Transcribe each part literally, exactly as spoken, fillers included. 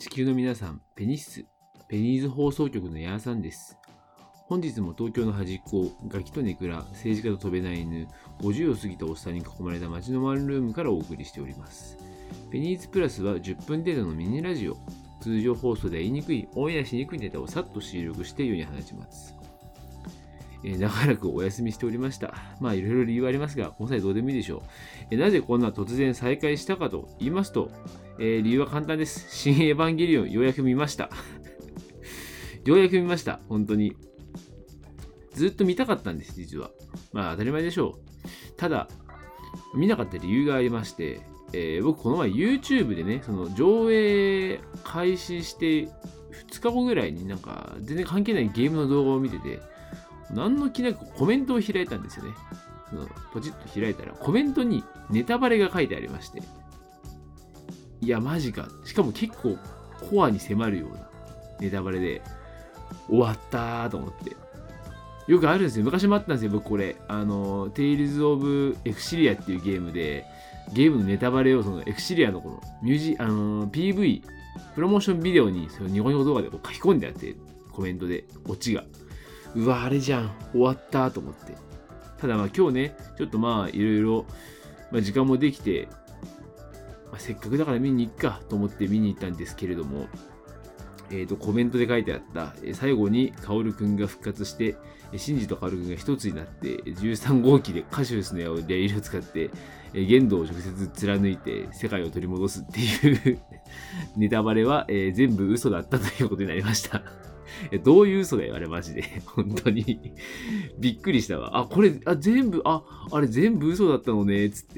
地球の皆さん、ペニッス、ペニーズ放送局のヤーさんです。本日も東京の端っこ、ガキとネクラ、政治家と飛べない犬、ごじゅうを過ぎたおっさんに囲まれた街のワンルームからお送りしております。ペニーズプラスはじゅっぷん程度のミニラジオ。通常放送では言いにくい、オンエアしにくいネタをさっと収録して世に放ちます。えー、長らくお休みしておりました。まあいろいろ理由はありますが、この際どうでもいいでしょう。えー、なぜこんな突然再開したかと言いますと、えー、理由は簡単です。新エヴァンゲリオンようやく見ました。ようやく見ました。本当に。ずっと見たかったんです、実は。まあ当たり前でしょう。ただ、見なかった理由がありまして、えー、僕この前 YouTube でね、その上映開始してふつかごぐらいになんか全然関係ないゲームの動画を見てて、何の気なくコメントを開いたんですよね。そのポチッと開いたらコメントにネタバレが書いてありまして、いやマジか。しかも結構コアに迫るようなネタバレで終わったーと思って。よくあるんですよ。昔もあったんですよ、僕これ。あの、Tales of エクシリアっていうゲームで、ゲームのネタバレをそのエクシリアのこのミュージ、あの、ピーブイ、プロモーションビデオにその日本語動画でこう書き込んであって、コメントで、オチが。うわ、あれじゃん。終わったと思って。ただまあ今日ね、ちょっとまあいろいろ、まあ、時間もできて、まあ、せっかくだから見に行くかと思って見に行ったんですけれども、えーと、コメントで書いてあった、最後に薫くんが復活して、シンジと薫くんが一つになって、じゅうさん号機でカシウスの矢をレイルを使って、限度を直接貫いて世界を取り戻すっていうネタバレは、えー、全部嘘だったということになりました。どういう嘘だよ、あれマジで。本当に。びっくりしたわ。あ、これ、あ、全部、あ、あれ全部嘘だったのね、つって。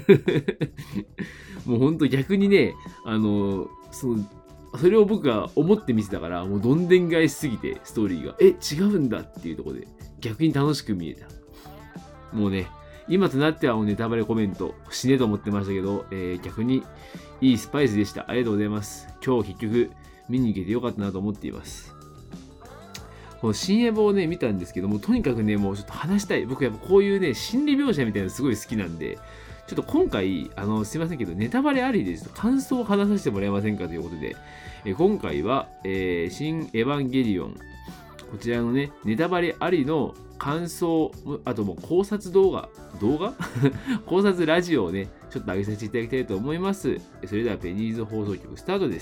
もう本当逆にね、あの、その、それを僕が思って見せたから、もうどんでん返しすぎて、ストーリーが。え、違うんだっていうところで、逆に楽しく見えた。もうね、今となってはもうネタバレコメント、死ねと思ってましたけど、えー、逆にいいスパイスでした。ありがとうございます。今日結局、見に行けてよかったなと思っています。この新エヴァをね、見たんですけども、とにかくね、もうちょっと話したい。僕やっぱこういうね、心理描写みたいなのすごい好きなんで、ちょっと今回、あの、すいませんけど、ネタバレありでちょっと感想を話させてもらえませんかということで、えー、今回は、えー、新エヴァンゲリオン、こちらのね、ネタバレありの感想、あともう考察動画、動画考察ラジオをね、ちょっと上げさせていただきたいと思います。それでは、ペニーズ放送局スタートです。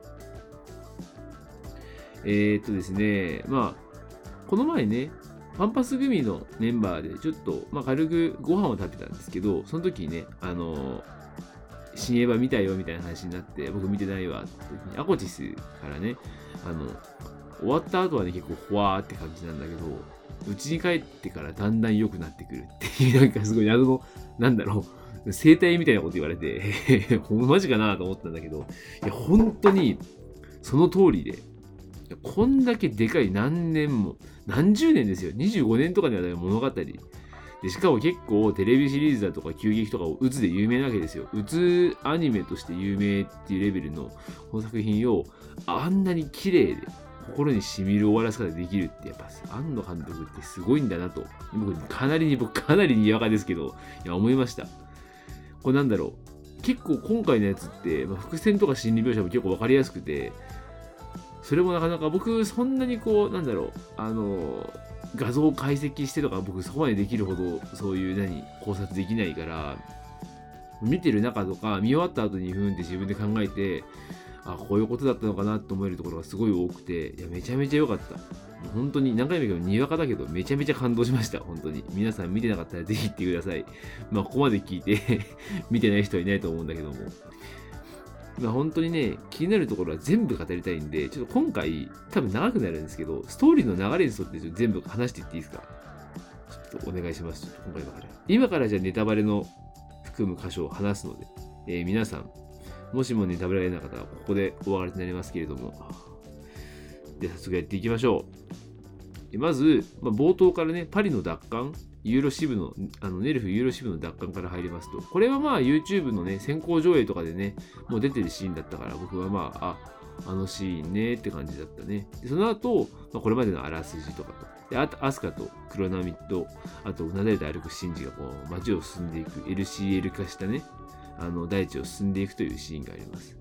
えー、っとですね、まあ、この前ね、パンパス組のメンバーでちょっと、まあ、軽くご飯を食べたんですけど、その時にね、あのー、新エヴァ見たよみたいな話になって、僕見てないわって時に、アコティスからね、あの、終わった後はね、結構ほわーって感じなんだけど、うちに帰ってからだんだん良くなってくるっていう、なんかすごい謎の、なんだろう、生態みたいなこと言われて、ほんまマジかなと思ったんだけど、いや、本当に、その通りで、こんだけでかい何年も、何十年ですよ。にじゅうごねんとかには物語。で、しかも結構テレビシリーズだとか急激とかをうつで有名なわけですよ。うつアニメとして有名っていうレベルのこの作品をあんなに綺麗で心に染みる終わらせ方できるってやっぱ庵野監督ってすごいんだなと。僕かなりに僕かなりにわかですけど、いや思いました。これなんだろう。結構今回のやつって、まあ、伏線とか心理描写も結構わかりやすくて、それもなかなか僕そんなにこうなんだろうあの画像を解析してとか僕そこまでできるほどそういう何考察できないから見てる中とか見終わった後にふんって自分で考えてあこういうことだったのかなと思えるところがすごい多くていやめちゃめちゃ良かった本当に何回も言うけどにわかだけどめちゃめちゃ感動しました本当に皆さん見てなかったらぜひ言ってくださいまあここまで聞いて見てない人はいないと思うんだけどもまあ、本当にね、気になるところは全部語りたいんで、ちょっと今回、多分長くなるんですけど、ストーリーの流れに沿って全部話していっていいですか？ちょっとお願いします。ちょっと今回だから。今からじゃあネタバレの含む箇所を話すので、えー、皆さん、もしもネタバレがない方はここでお別れになりますけれども、で、早速やっていきましょう。まず、まあ、冒頭からね、パリの奪還、ユーロ支部の、あのネルフユーロ支部の奪還から入りますと、これはまあ YouTube のね、先行上映とかでね、もう出てるシーンだったから、僕はまあ、あ、あのシーンねって感じだったね。でその後、まあ、これまでのあらすじとかと、であとアスカとクロナミと、あとうなだれて歩くシンジがこう街を進んでいく、エルシーエル 化したね、あの大地を進んでいくというシーンがあります。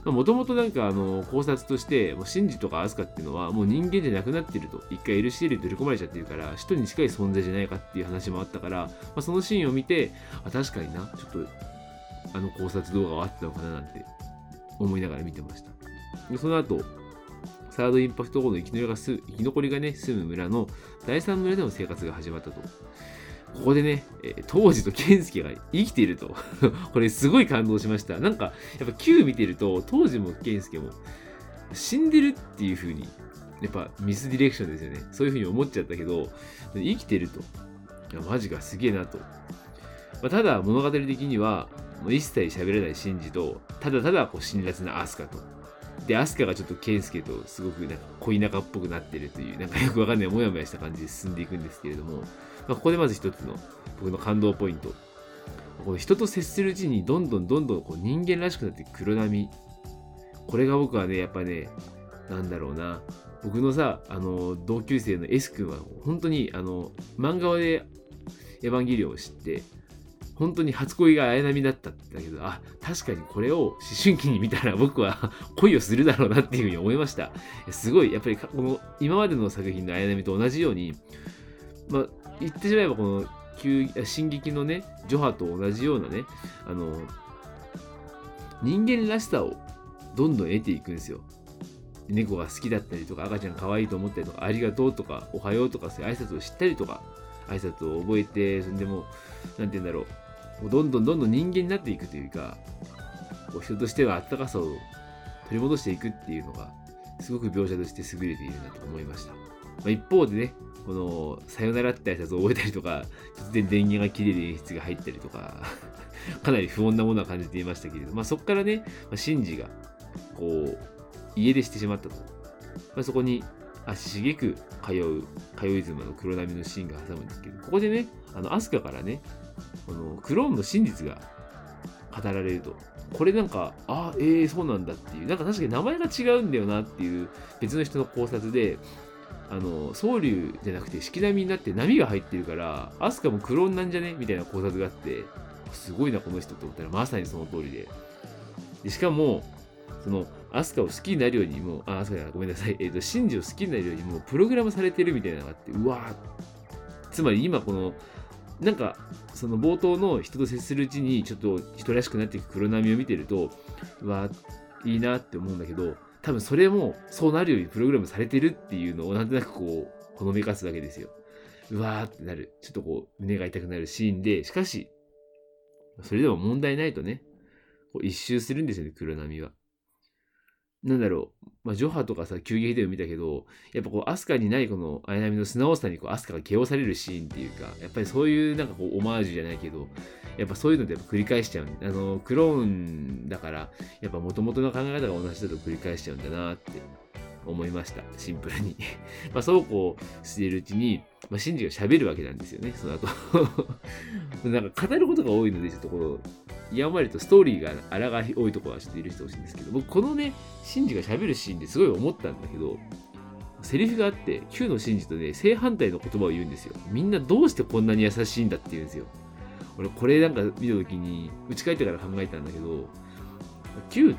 もともとなんかあの考察として、もうシンジとかアスカっていうのはもう人間じゃなくなってると、一回 エルシーエル に取り込まれちゃってるから使徒に近い存在じゃないかっていう話もあったから、まあ、そのシーンを見て、あ、確かにな、ちょっとあの考察動画はあったのかななんて思いながら見てました。でその後サードインパクト後の生き残りがす生き残りがね住む村のだいさん村での生活が始まったと。ここでね、えー、当時と健介が生きているとこれすごい感動しました。なんかやっぱ Q 見てると当時も健介も死んでるっていう風にやっぱミスディレクションですよね。そういう風に思っちゃったけど生きてると、いやマジかすげえなと。まあ、ただ物語的にはもう一切喋れないシンジと、ただただこう辛辣なアスカと。で、アスカがちょっとケンスケとすごくなんか恋仲っぽくなってるという、なんかよくわかんないモヤモヤした感じで進んでいくんですけれども、まあ、ここでまず一つの僕の感動ポイント。この人と接するうちにどんどんどんどんこう人間らしくなっていく黒波。これが僕はね、やっぱね、なんだろうな。僕のさ、あの、同級生の S 君は本当にあの、漫画でエヴァンゲリオンを知って、本当に初恋が綾波だったんだけど、あ、確かにこれを思春期に見たら僕は恋をするだろうなっていうふうに思いました。すごい、やっぱりこの今までの作品の綾波と同じように、まあ、言ってしまえばこの急進撃のね、ジョハと同じようなね、あの、人間らしさをどんどん得ていくんですよ。猫が好きだったりとか、赤ちゃん可愛いと思ったりとか、ありがとうとか、おはようとか、そういう挨拶を知ったりとか、挨拶を覚えて、それでも、なんて言うんだろう、どんどんどんどん人間になっていくというか、こう人としては温かさを取り戻していくっていうのが、すごく描写として優れているなと思いました。まあ、一方でね、この、さよならって挨拶を覚えたりとか、突然電源が切れる演出が入ったりとか、かなり不穏なものは感じていましたけれど、まあ、そこからね、まあ、シンジが、こう、家出してしまったと。まあ、そこに足しげく通う、通い妻の黒波のシーンが挟むんですけど、ここでね、あの、アスカからね、このクローンの真実が語られると。これなんか、あ、えー、そうなんだっていう、なんか確かに名前が違うんだよなっていう別の人の考察で、あの、蒼龍じゃなくて四季波になって波が入ってるから、アスカもクローンなんじゃねみたいな考察があって、すごいな、この人と思ったらまさにその通りで。でしかも、そのアスカを好きになるようにもう、あ、アスカごめんなさい、えっと、シンジを好きになるようにもうプログラムされてるみたいなのがあって、うわー、つまり今この、なんか、その冒頭の人と接するうちにちょっと人らしくなっていく黒波を見てると、うわー、いいなって思うんだけど、多分それもそうなるようにプログラムされてるっていうのをなんとなくこう、ほのめかすわけですよ。うわーってなる。ちょっとこう、胸が痛くなるシーンで、しかし、それでも問題ないとね、こう一周するんですよね、黒波は。なんだろう、まあ、ジョハとかさ、急激でも見たけど、やっぱこう、アスカにないこの綾波の素直さにこう、アスカが気をされるシーンっていうか、やっぱりそういうなんかこう、オマージュじゃないけど、やっぱそういうのでやっぱ繰り返しちゃう。あの、クローンだから、やっぱ元々の考え方が同じだと繰り返しちゃうんだなって思いました。シンプルに。まあそうこうしているうちに、まあ、シンジが喋るわけなんですよね、その後。なんか語ることが多いので、ちょっとこの、やんわりとストーリーがあらが多いところはちょっと許してほしいんですけど、僕このね、シンジが喋るシーンですごい思ったんだけど、セリフがあって、Q のシンジとね、正反対の言葉を言うんですよ。みんなどうしてこんなに優しいんだって言うんですよ。俺これなんか見た時に、打ち返ってから考えたんだけど、Q って、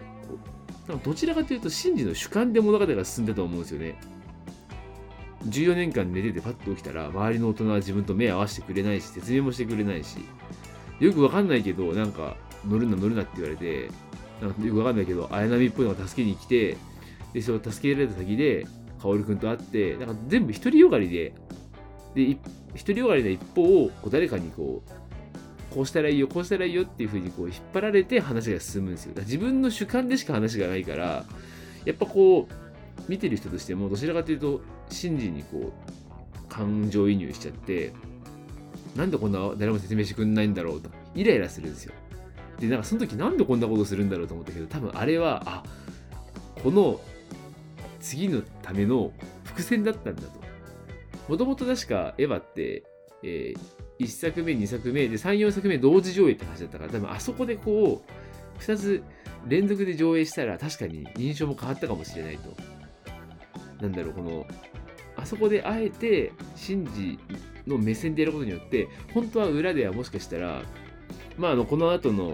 なんかどちらかというとシンジの主観で物語が進んでたと思うんですよね。じゅうよねんかん寝ててパッと起きたら、周りの大人は自分と目を合わせてくれないし、説明もしてくれないし、よくわかんないけど、なんか、乗るな乗るなって言われて、なんかよくわかんないけど、綾波っぽいのが助けに来て、で、それを助けられた先で、薫君と会って、なんか全部独りよがりで、で、独りよがりな一方を、こう誰かにこう、こうしたらいいよ、こうしたらいいよっていう風にこう引っ張られて話が進むんですよ。だから自分の主観でしか話がないから、やっぱこう、見てる人としても、どちらかというと、真摯にこう、感情移入しちゃって、なんでこんな誰も説明してくんないんだろうと、イライラするんですよ。で、なんかその時なんでこんなことするんだろうと思ったけど、多分あれは、あ、この次のための伏線だったんだと。もともと確かエヴァって、えー、いっさくめ、にさくめでさん、よんさくめ同時上映って話だったから、多分あそこでこう、ふたつ連続で上映したら確かに印象も変わったかもしれないと。なんだろう、この、あそこであえて、シンジの目線でやることによって、本当は裏ではもしかしたら、まあ、あの、この後の、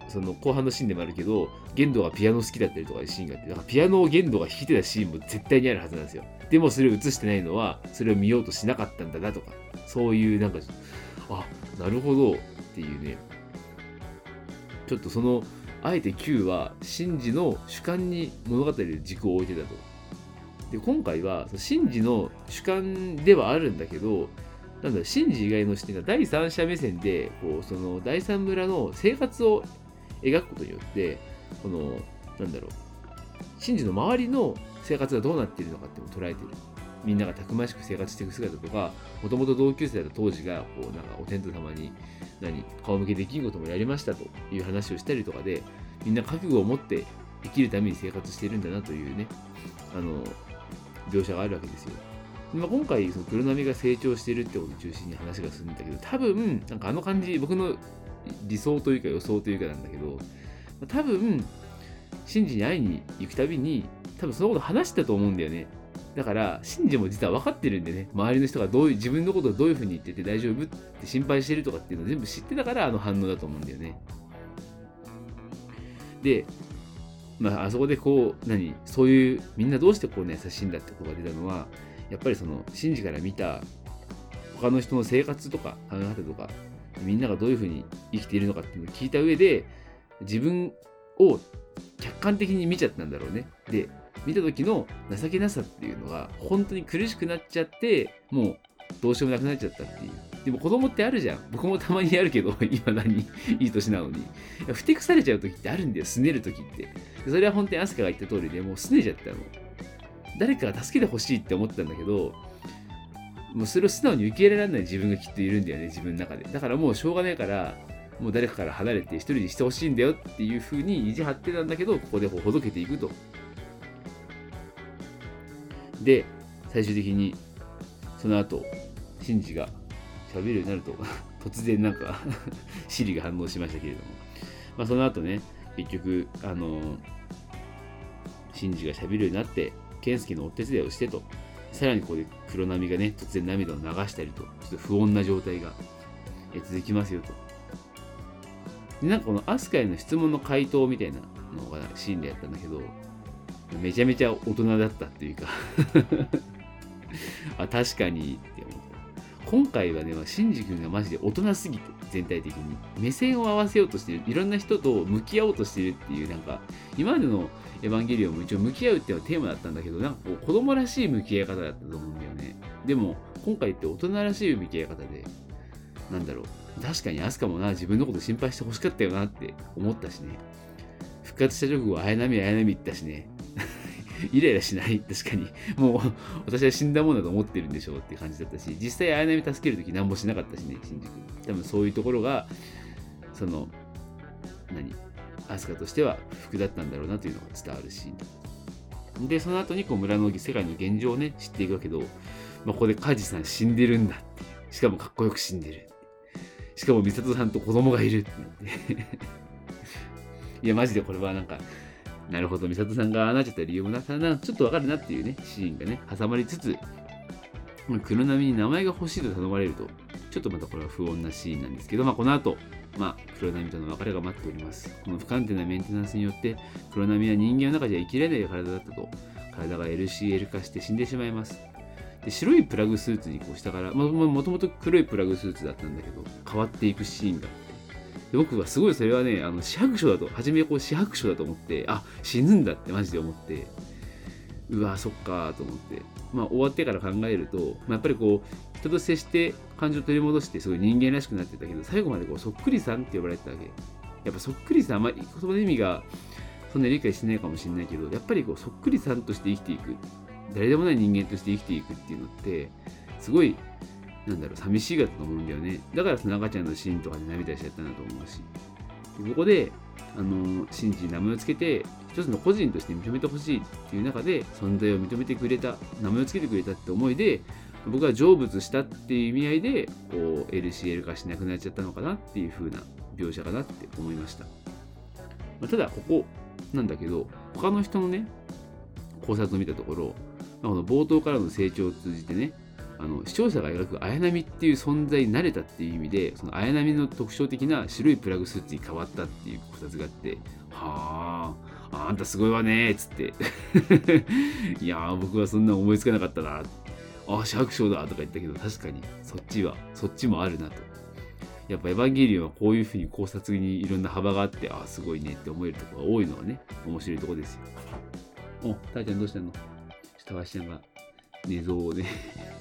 その後半のシーンでもあるけど、玄道がピアノ好きだったりとかいうシーンがあって、だからピアノを玄道が弾いてたシーンも絶対にあるはずなんですよ。でもそれを映してないのはそれを見ようとしなかったんだなとか、そういうなんか、あ、なるほどっていうね、ちょっとそのあえて Q はシンジの主観に物語で軸を置いてたと。で今回はシンジの主観ではあるんだけど、なんだシンジ以外の視点が第三者目線でこうその第三村の生活を描くことによって、このなんだろう、シンジの周りの生活がどうなっているのかっていうのを捉えている。みんながたくましく生活していく姿とか、もともと同級生だった当時がこうなんかお天道様に何顔向けできんこともやりましたという話をしたりとかで、みんな覚悟を持って生きるために生活しているんだなというね、あの描写があるわけですよ。まあ、今回その黒波が成長しているってことを中心に話が進んだけど、多分なんかあの感じ、僕の理想というか予想というかなんだけど、多分シンジに会いに行くたびに多分そのこと話したと思うんだよね。だからシンジも実は分かってるんでね、周りの人がどういう自分のことをどういうふうに言ってて大丈夫って心配してるとかっていうのを全部知ってたからあの反応だと思うんだよね。で、まああそこでこう何そういうみんなどうしてこうね優しいんだってことが出たのは、やっぱりそのシンジから見た他の人の生活とか考え方とか、みんながどういうふうに生きているのかっていうのを聞いた上で、自分を客観的に見ちゃったんだろうね。で見た時の情けなさっていうのが本当に苦しくなっちゃって、もうどうしようもなくなっちゃったっていう。でも子供ってあるじゃん。僕もたまにあるけど、今何いい年なのに。ふてくされちゃう時ってあるんだよ、拗ねる時って。それは本当にアスカが言った通りで、もう拗ねちゃったの。誰かが助けてほしいって思ってたんだけど、もうそれを素直に受け入れられない自分がきっといるんだよね、自分の中で。だからもうしょうがないから、もう誰かから離れて一人にしてほしいんだよっていう風に意地張ってたんだけど、ここでほどけていくと。で、最終的にその後、シンジが喋るようになると、突然なんかシリが反応しましたけれども、まあ、その後ね、結局、あの、シンジが喋るようになって、ケンスケのお手伝いをしてと、さらにここで黒波がね、突然涙を流したりと、ちょっと不穏な状態が続きますよと。で、なんかこのアスカへの質問の回答みたいなのがシーンでやったんだけど、めちゃめちゃ大人だったっていうかあ、確かにって思った。今回はね、シンジ君がマジで大人すぎて、全体的に目線を合わせようとしている、いろんな人と向き合おうとしているっていう、なんか今までのエヴァンゲリオンも一応向き合うっていうのがテーマだったんだけど、なんかこう子供らしい向き合い方だったと思うんだよね。でも今回って大人らしい向き合い方で、なんだろう、確かにアスカもな、自分のこと心配してほしかったよなって思ったしね。復活した直後は綾波綾波言ったしねイライラしない。確かにもう私は死んだもんだと思ってるんでしょうって感じだったし、実際綾波助けるとき何もしなかったしね、シンジ君。多分そういうところがその何アスカとしては不服だったんだろうなというのが伝わるし、でその後にこう村の世界の現状をね知っていくわけど、まあ、ここでカジさん死んでるんだって、しかもかっこよく死んでる、しかも美里さんと子供がいるってなっていやマジでこれはなんかなるほど、美里さんがああなっちゃった理由もなさなちょっとわかるなっていうねシーンがね挟まりつつ、黒波に名前が欲しいと頼まれると、ちょっとまたこれは不穏なシーンなんですけど、まあ、この後、まあ、黒波との別れが待っております。この不完全なメンテナンスによって黒波は人間の中では生きられない体だったと、体が エルシーエル 化して死んでしまいます。で白いプラグスーツにこう下から、まあ、もともと黒いプラグスーツだったんだけど変わっていくシーンがあって、で僕はすごいそれはね、あの死白書だと、初めこう死白書だと思って、あ、死ぬんだってマジで思って、うわそっかーと思って、まあ終わってから考えると、まあ、やっぱりこう人と接して感情を取り戻してすごい人間らしくなってたけど、最後までこうそっくりさんって呼ばれてたわけ。やっぱそっくりさん、あんまり言葉の意味がそんなに理解してないかもしれないけど、やっぱりこうそっくりさんとして生きていく、誰でもない人間として生きていくっていうのってすごいなんだろう寂しいがだと思うんだよね。だからその赤ちゃんのシーンとかで涙しちゃったんだと思うし、でここであのシンジに名前をつけて一つの個人として認めてほしいっていう中で存在を認めてくれた、名前をつけてくれたって思いで、僕は成仏したっていう意味合いでこう エルシーエル 化しなくなっちゃったのかなっていう風な描写かなって思いました。まあ、ただここなんだけど、他の人のね考察を見たところ、まあ、この冒頭からの成長を通じてね、 あの視聴者が描く綾波っていう存在に慣れたっていう意味で、その綾波の特徴的な白いプラグスーツに変わったっていう考察があって、はあ、あんたすごいわねーっつっていやー僕はそんな思いつかなかったな、あシャークショーだとか言ったけど、確かにそっちはそっちもあるなと。やっぱエヴァンゲリオンはこういうふうに考察にいろんな幅があって、あすごいねって思えるところが多いのはね、面白いところですよ。お、たーちゃんどうしたの？下橋ちゃんが寝相をね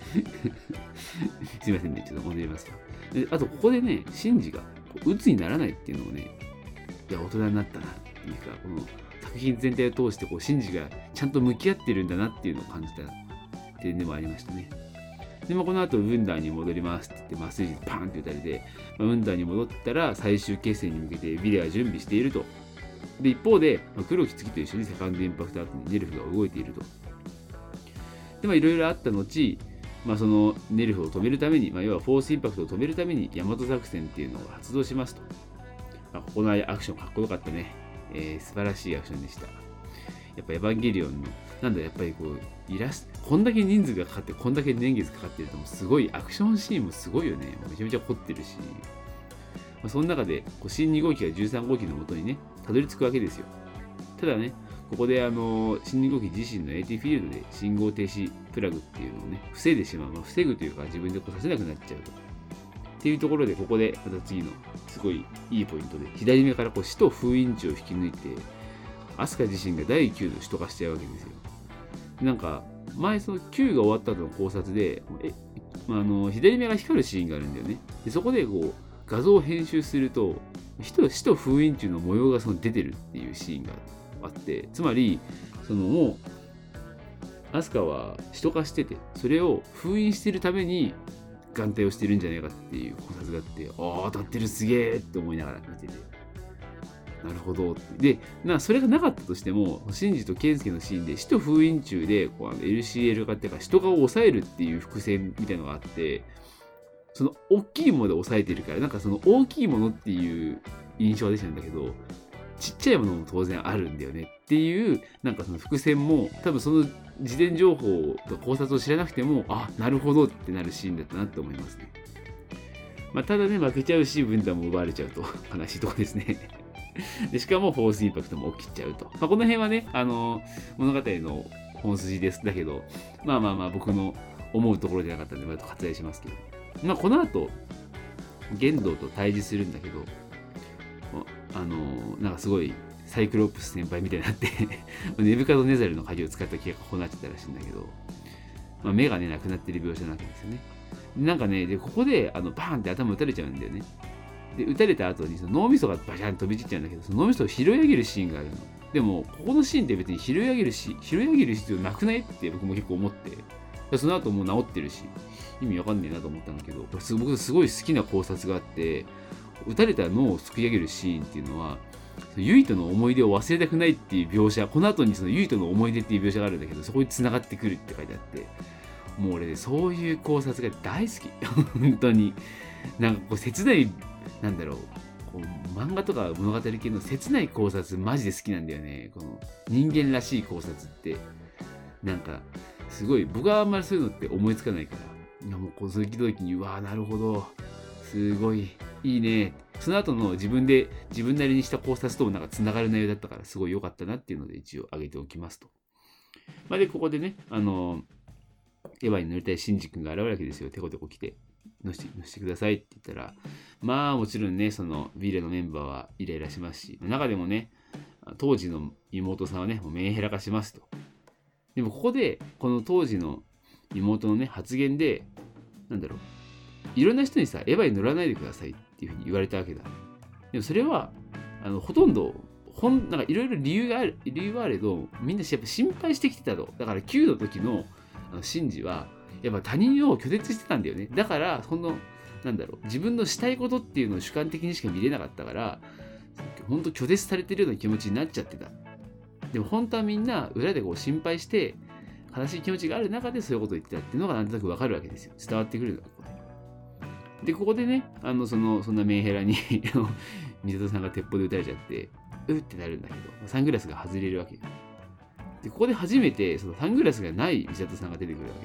すいませんね、ちょっと戻りますよ。であとここでね、シンジが鬱にならないっていうのもね、いや大人になったなっていうか、この作品全体を通してこうシンジがちゃんと向き合ってるんだなっていうのを感じた点でもありましたね。でもこの後ウンダーに戻りますって言って麻酔銃パーンって撃たれて、まあ、ウンダーに戻ったら最終決戦に向けてビレは準備していると。で一方で、まあ、黒木月と一緒にセカンドインパクト後にネルフが動いていると。でまあいろいろあった後、まあ、そのネルフを止めるために、まあ、要はフォースインパクトを止めるためにヤマト作戦っていうのを発動しますと。まあ、ここのアクションかっこよかったね。えー、素晴らしいアクションでした。やっぱエヴァンゲリオンのなんだやっぱりこうイラスト、こんだけ人数がかかってこんだけ年月かかってるともうすごいアクションシーンもすごいよね。めちゃめちゃ凝ってるし、まあ、その中でこう新に号機がじゅうさん号機のもとにねたどり着くわけですよ。ただね、ここであの新に号機自身の エーティー フィールドで信号停止プラグっていうのをね防いでしまう、まあ、防ぐというか自分でこうさせなくなっちゃうとっていうところで、ここでまた次のすごいいいポイントで左目からこう使徒封印値を引き抜いてアスカ自身がだいきゅうの使徒化しちゃうわけですよ。なんか前そのきゅうが終わった後の考察でえ、まあ、あの左目が光るシーンがあるんだよね。でそこでこう画像を編集すると使徒使徒封印中の模様がその出てるっていうシーンがあって、つまりそのもうアスカは使徒化しててそれを封印してるために眼帯をしてるんじゃないかっていう考察があって、ああ当たってるすげえって思いながら見てて、なるほどって。で、なそれがなかったとしても、シンジとケンスケのシーンで使徒封印中でこうあの エルシーエル 化っていうか使徒化を抑えるっていう伏線みたいなのがあって、その大きいもので抑えてるから、なんかその大きいものっていう印象が出ちゃうんだけど、ちっちゃいものも当然あるんだよねっていう、なんかその伏線も多分その事前情報と考察を知らなくても、あ、なるほどってなるシーンだったなって思いますね。まあ、ただね、負けちゃうし、分断も奪われちゃうと悲しいところですね。でしかもフォースインパクトも起きちゃうと。まあ、この辺はね、あの物語の本筋ですだけど、まあまあまあ僕の思うところじゃなかったんで、また割愛しますけど。まあ、この後、玄道と対峙するんだけど、あのなんかすごいサイクロプス先輩みたいになってネブカドネザルの鍵を使った気がこうなっちゃったらしいんだけど、まあ、目がねなくなってる描写なわけですよね。なんかね、でここであのバーンって頭打たれちゃうんだよね。で打たれた後にその脳みそがバシャンと飛び散っちゃうんだけど、その脳みそを拾い上げるシーンがあるの。でもここのシーンって別に拾い上げるし拾い上げる必要なくないって僕も結構思って、その後もう治ってるし意味わかんねえなと思ったんだけど、僕すごい好きな考察があって、打たれた脳をすくい上げるシーンっていうのはユイとの思い出を忘れたくないっていう描写、この後にそのユイとの思い出っていう描写があるんだけど、そこに繋がってくるって書いてあって、もう俺ねそういう考察が大好き本当になんかこう切ない、なんだろう、こう漫画とか物語系の切ない考察マジで好きなんだよね。この人間らしい考察ってなんかすごい、僕はあんまりそういうのって思いつかないから、いやもうこうそういう時にうわーなるほどすごいいいね、その後の自分で自分なりにした考察ともなんかつながる内容だったからすごい良かったなっていうので一応挙げておきますと。まあ、でここでね、あのエヴァに乗りたいシンジ君が現れるわけですよ。テコテコ来て乗せて乗せてくださいって言ったら、まあもちろんねそのビレのメンバーはイライラしますし、中でもね当時の妹さんはねもうメンヘラ化しますと。でもここでこの当時の妹のね発言で、なんだろう、いろんな人にさエヴァに乗らないでくださいっていうふうに言われたわけだ。でもそれはあのほとんどほんなんかいろいろ理由がある理由はあれど、みんなやっぱ心配してきてたと。だからきゅうの時のあのシンジはやっぱ他人を拒絶してたんだよね。だからそのなんだろう、自分のしたいことっていうのを主観的にしか見れなかったから、本当拒絶されてるような気持ちになっちゃってた。でも本当はみんな裏でこう心配して悲しい気持ちがある中でそういうことを言ってたっていうのがなんとなくわかるわけですよ。伝わってくるのがここで。でここでね、あのそのそんなメンヘラに水戸さんが鉄砲で撃たれちゃってうってなるんだけど、サングラスが外れるわけよ。でここで初めてそのサングラスがない水戸さんが出てくるわけね。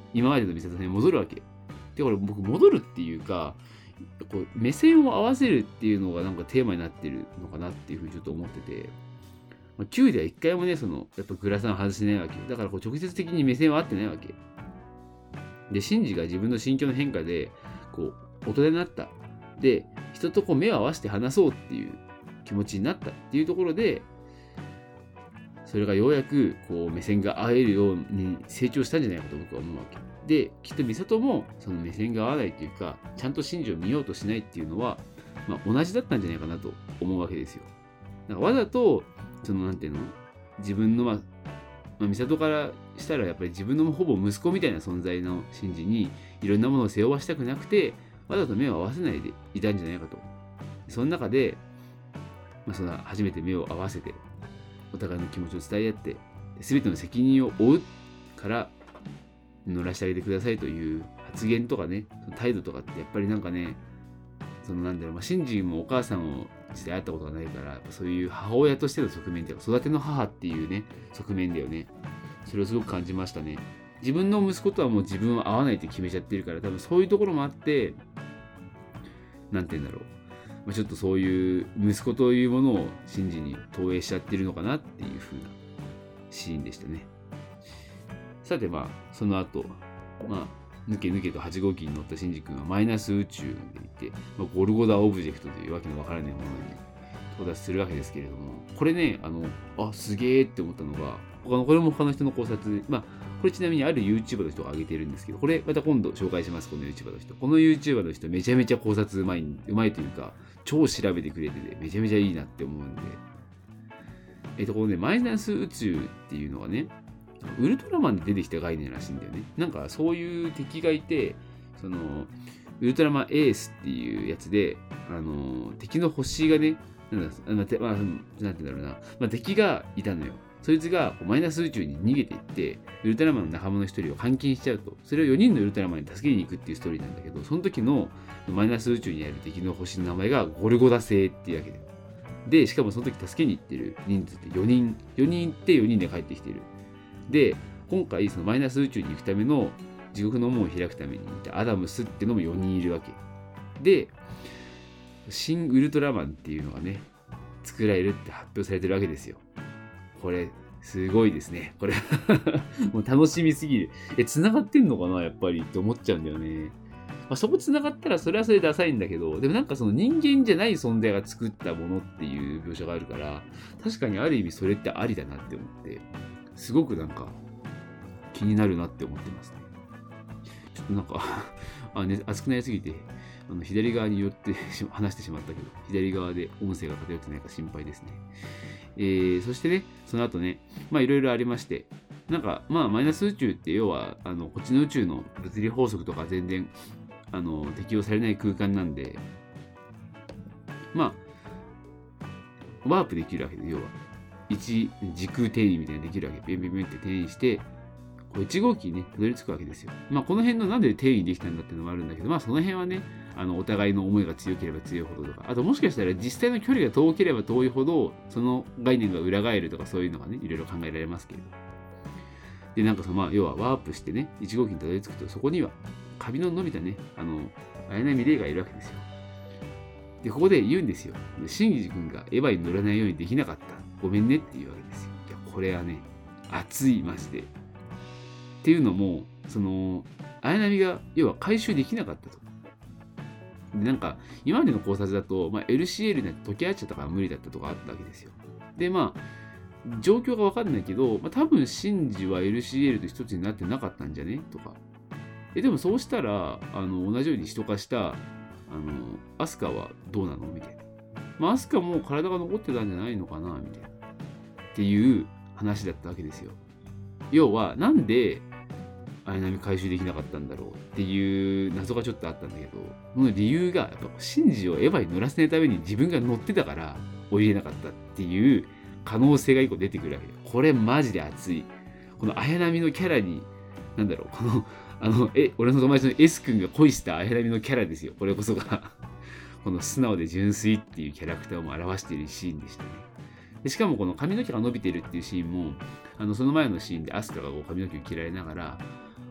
今までの美里さんに戻るわけで、これ僕戻るっていうか、こう目線を合わせるっていうのがなんかテーマになってるのかなっていうふうにちょっと思ってて、まあ、Q では一回もね、そのやっぱグラサン外してないわけだから、こう直接的に目線は合ってないわけで、シンジが自分の心境の変化でこう大人になった、で人とこう目を合わせて話そうっていう気持ちになったっていうところで、それがようやくこう目線が合えるように成長したんじゃないかと僕は思うわけで、きっと美里もその目線が合わないというか、ちゃんとシンジを見ようとしないっていうのは、まあ、同じだったんじゃないかなと思うわけですよ。だからわざとそのなんていうの、自分のまあ、まあ、美里からしたらやっぱり自分のほぼ息子みたいな存在のシンジにいろんなものを背負わしたくなくて、わざと目を合わせないでいたんじゃないかと。その中で、まあ、その初めて目を合わせてお互いの気持ちを伝え合って、全ての責任を負うから乗らせてあげてくださいという発言とかね、その態度とかってやっぱりなんかね、そのなんだろう、まあ、シンジもお母さんをして会ったことがないから、やっぱそういう母親としての側面というか、育ての母っていうね、側面だよね。それをすごく感じましたね。自分の息子とはもう自分は合わないって決めちゃってるから、多分そういうところもあって、なんて言うんだろう。まあ、ちょっとそういう息子というものをシンジに投影しちゃってるのかなっていう風なシーンでしたね。さてまあ、その後、まあ、抜け抜けとはち号機に乗ったシンジ君はマイナス宇宙でいて、まあ、ゴルゴダオブジェクトというわけのわからないものに到達するわけですけれども、これね、あの、あ、すげーって思ったのが、他の、これも他の人の考察、まあ、これちなみにある YouTuber の人が上げてるんですけど、これまた今度紹介します、この YouTuber の人。この YouTuber の人めちゃめちゃ考察うまい、うまいというか、超調べてくれてて、めちゃめちゃいいなって思うんで。えっと、このね、マイナス宇宙っていうのはね、ウルトラマンで出てきた概念らしいんだよね。なんかそういう敵がいて、その、ウルトラマンエースっていうやつで、あの、敵の星がね、なんだ、まあ、なんて言うんだろうな、まあ、敵がいたのよ。そいつがマイナス宇宙に逃げていって、ウルトラマンの仲間の一人を監禁しちゃうと。それをよにんのウルトラマンに助けに行くっていうストーリーなんだけど、その時のマイナス宇宙にある敵の星の名前がゴルゴダ星っていうわけで。で、しかもその時助けに行ってる人数ってよにん。よにん行ってよにんで帰ってきてる。で、今回そのマイナス宇宙に行くための地獄の門を開くためにいたアダムスっていうのもよにんいるわけ。で、新ウルトラマンっていうのがね、作られるって発表されてるわけですよ。これ、すごいですね。これ、もう楽しみすぎる。え、繋がってんのかなやっぱりって思っちゃうんだよね。まあ、そこ繋がったらそれはそれでダサいんだけど、でもなんかその人間じゃない存在が作ったものっていう描写があるから、確かにある意味それってありだなって思って、すごくなんか気になるなって思ってますね。ちょっとなんかあ、ね、熱くなりすぎて、あの左側に寄って話してしまったけど、左側で音声が偏ってないか心配ですね。えー、そしてね、その後ね、まあいろいろありまして、なんかまあマイナス宇宙って要は、あのこっちの宇宙の物理法則とか全然あの適用されない空間なんで、まあ、ワープできるわけで、要は。一時空転移みたいなのできるわけ。ビュンビュンビュンって転移して、こういち号機にね、たどり着くわけですよ。まあ、この辺のなんで転移できたんだっていうのもあるんだけど、まあ、その辺はね、あのお互いの思いが強ければ強いほどとか、あともしかしたら実際の距離が遠ければ遠いほど、その概念が裏返るとかそういうのがね、いろいろ考えられますけれど。で、なんかその、まあ、要はワープしてね、いち号機にたどり着くと、そこには、カビの伸びたね、あの、綾波レイがいるわけですよ。で、ここで言うんですよ。シンジ君がエヴァに乗らないようにできなかった。ごめんねっていうわけですよ。いや、これはね、熱い、マジで。っていうのも、その、綾波が、要は回収できなかったと。で、なんか、今までの考察だと、まあ、エルシーエル に溶け合っちゃったから無理だったとかあったわけですよ。で、まあ、状況がわかんないけど、まあ、多分シンジは エルシーエル と一つになってなかったんじゃねとか。え、でもそうしたら、あの、同じように人化した、あの、アスカはどうなのみたいな。まあ、アスカも体が残ってたんじゃないのかなみたいな。っていう話だったわけですよ。要は、なんで、綾波回収できなかったんだろうっていう謎がちょっとあったんだけど、その理由が、やっぱ、シンジをエヴァに乗らせないために自分が乗ってたから追いれなかったっていう可能性が一個出てくるわけで。これマジで熱い。この綾波のキャラに、なんだろう、この、あの、え、俺の友達の S 君が恋した綾波のキャラですよ。これこそが。この素直で純粋っていうキャラクターも表しているシーンでしたね。でしかもこの髪の毛が伸びてるっていうシーンも、あのその前のシーンでアスカがこう髪の毛を切られながら、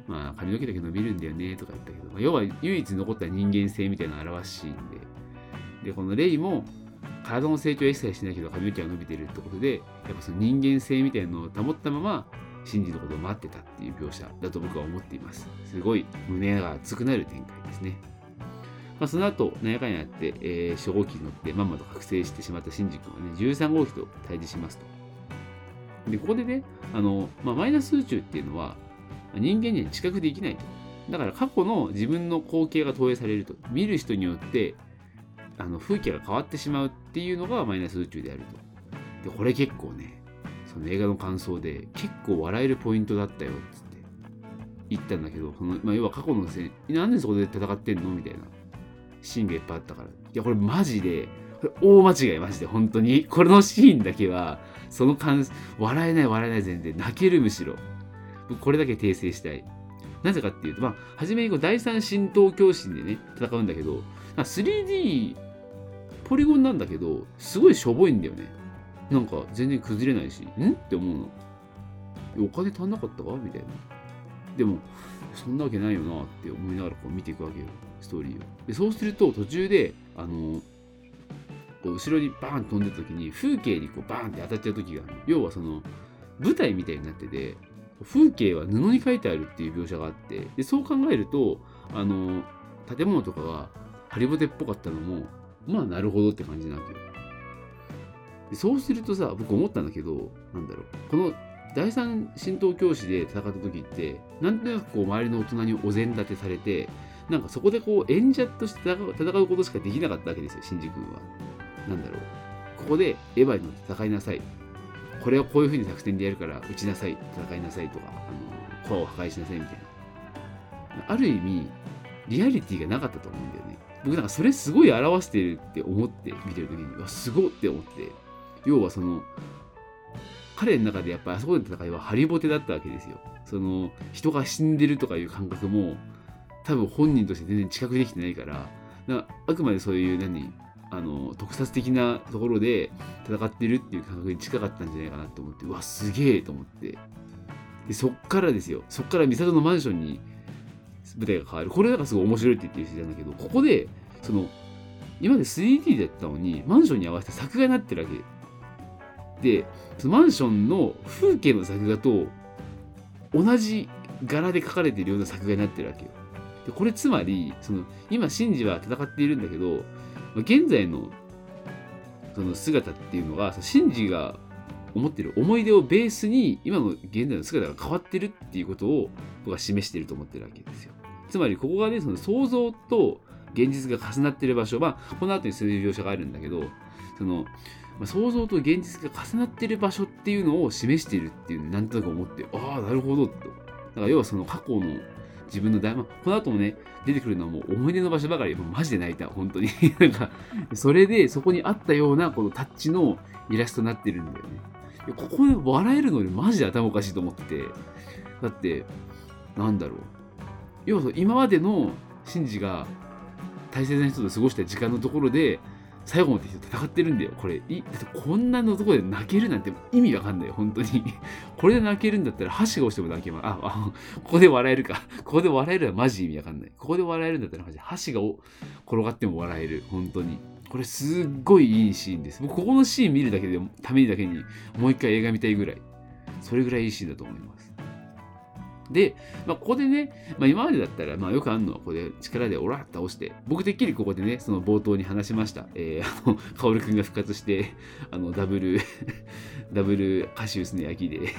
まあ髪の毛だけ伸びるんだよねとか言ったけど、まあ、要は唯一残った人間性みたいなのを表すシーンで、でこのレイも体の成長は一切しないけど髪の毛は伸びてるってことで、やっぱその人間性みたいなのを保ったままシンジのことを待ってたっていう描写だと僕は思っています。すごい胸が熱くなる展開ですね。まあ、その後何やかんやあって、えー、初号機に乗ってまんまと覚醒してしまったシンジ君はねじゅうさん号機と対峙しますと。でここでねあの、まあ、マイナス宇宙っていうのは人間には知覚できないと。だから過去の自分の光景が投影されると、見る人によってあの風景が変わってしまうっていうのがマイナス宇宙であると。でこれ結構ねその映画の感想で結構笑えるポイントだったよっつって言ったんだけど、その、まあ、要は過去のせいなんでそこで戦ってんのみたいなシーンがいっぱいあったから、いやこれマジでこれ大間違いマジで本当にこれのシーンだけはその感笑えない笑えない全然泣ける、むしろ僕これだけ訂正したい。なぜかっていうと、まあ初めにこう第三神道教神でね戦うんだけど スリーディー ポリゴンなんだけどすごいしょぼいんだよね。なんか全然崩れないし、んって思うの。お金足んなかったかみたいな。でもそんなわけないよなって思いながらこう見ていくわけよ、ストーリーを。でそうすると途中であのこう後ろにバーン飛んでた時に風景にこうバーンって当たっちゃう時がある。要はその舞台みたいになってて風景は布に書いてあるっていう描写があって、でそう考えるとあの建物とかがハリボテっぽかったのもまあなるほどって感じなわけよ。でそうするとさ、僕思ったんだけど、なんだろう、この第三神道教師で戦った時ってなんとなくこう周りの大人にお膳立てされて、なんかそこでこう演者として戦う、戦うことしかできなかったわけですよ、シンジ君は。なんだろう、ここでエヴァに乗って戦いなさい、これをこういう風に作戦でやるから撃ちなさい、戦いなさいとか、あのコアを破壊しなさいみたいな、ある意味リアリティがなかったと思うんだよね。僕なんかそれすごい表してるって思って見てる時に、わすごって思って、要はその彼の中でやっぱりあそこでの戦いはハリボテだったわけですよ。その人が死んでるとかいう感覚も多分本人として全然知覚できてないから、なあくまでそういう何あの特撮的なところで戦ってるっていう感覚に近かったんじゃないかなと思って、うわすげえと思って、でそっからですよ、そっからミサトのマンションに舞台が変わる。これなんかすごい面白いって言ってる人なんだけど、ここでその今まで スリーディー だったのにマンションに合わせて作画になってるわけで、そのマンションの風景の作画と同じ柄で描かれているような作画になってるわけよ。でこれつまりその今シンジは戦っているんだけど、現在のその姿っていうのがシンジが思ってる思い出をベースに今の現在の姿が変わってるっていうことを僕は示していると思ってるわけですよ。つまりここがね、その想像と現実が重なってる場所、まあこの後にそういう描写があるんだけど、その、まあ、想像と現実が重なってる場所っていうのを示しているっていうのをなんとなく思って、ああなるほどと。だから要はその過去の自分の大、まあ、この後もね出てくるのはもう思い出の場所ばかり、もうマジで泣いた本当になんかそれでそこにあったようなこのタッチのイラストになってるんだよね。ここで笑えるのにマジで頭おかしいと思ってて、だってなんだろう、要は今までのシンジが大切な人と過ごした時間のところで最後まで戦ってるんだよ。これだってこんなのところで泣けるなんて意味わかんないよ本当にこれで泣けるんだったら箸が落ちても泣けます。ああここで笑えるか、ここで笑えるはマジ意味わかんない。ここで笑えるんだったらマジ箸が転がっても笑える。本当にこれすっごいいいシーンです。僕ここのシーン見るだけでためにだけにもう一回映画見たいぐらい、それぐらいいいシーンだと思います。で、まあ、ここでね、まあ、今までだったら、まあ、よくあるのはここで力でオラッと倒して、僕てっきりここでねその冒頭に話しました、えー、あのカオルくんが復活してあのダブルダブルカシウスの焼きで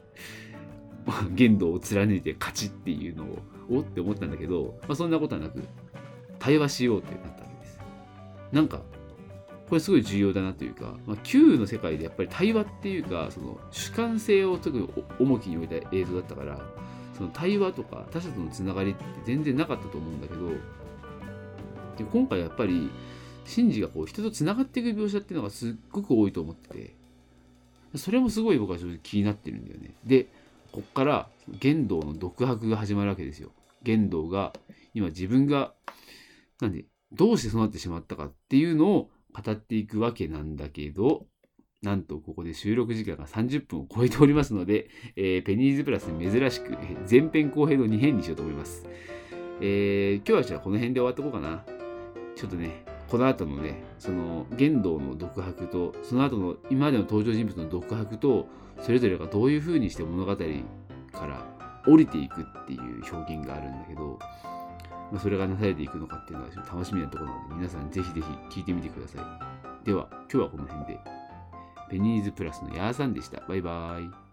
限度を貫いて勝ちっていうのをおって思ったんだけど、まあ、そんなことはなく対話しようってなったわけです。なんかこれすごい重要だなというか、まあ、Q の世界でやっぱり対話っていうかその主観性を特に重きに置いた映像だったから、その対話とか他者とのつながりって全然なかったと思うんだけど、で今回やっぱりシンジがこう人とつながっていく描写っていうのがすっごく多いと思ってて、それもすごい僕は正直気になってるんだよね。でこっから玄道の独白が始まるわけですよ。玄道が今自分がなんでどうしてそうなってしまったかっていうのを語っていくわけなんだけど、 なんとここで収録時間がさんじゅっぷんを超えておりますので、えー、ペニーズプラス珍しく前編後編のに編にしようと思います。えー、今日はじゃあこの辺で終わっとこうかな。ちょっとね、この後のね、その玄道の独白と、その後の今までの登場人物の独白と、それぞれがどういう風にして物語から降りていくっていう表現があるんだけど、まあ、それがなされていくのかっていうのは楽しみなところなので、皆さんぜひぜひ聞いてみてください。では、今日はこの辺で。ペニーズプラスのヤーさんでした。バイバーイ。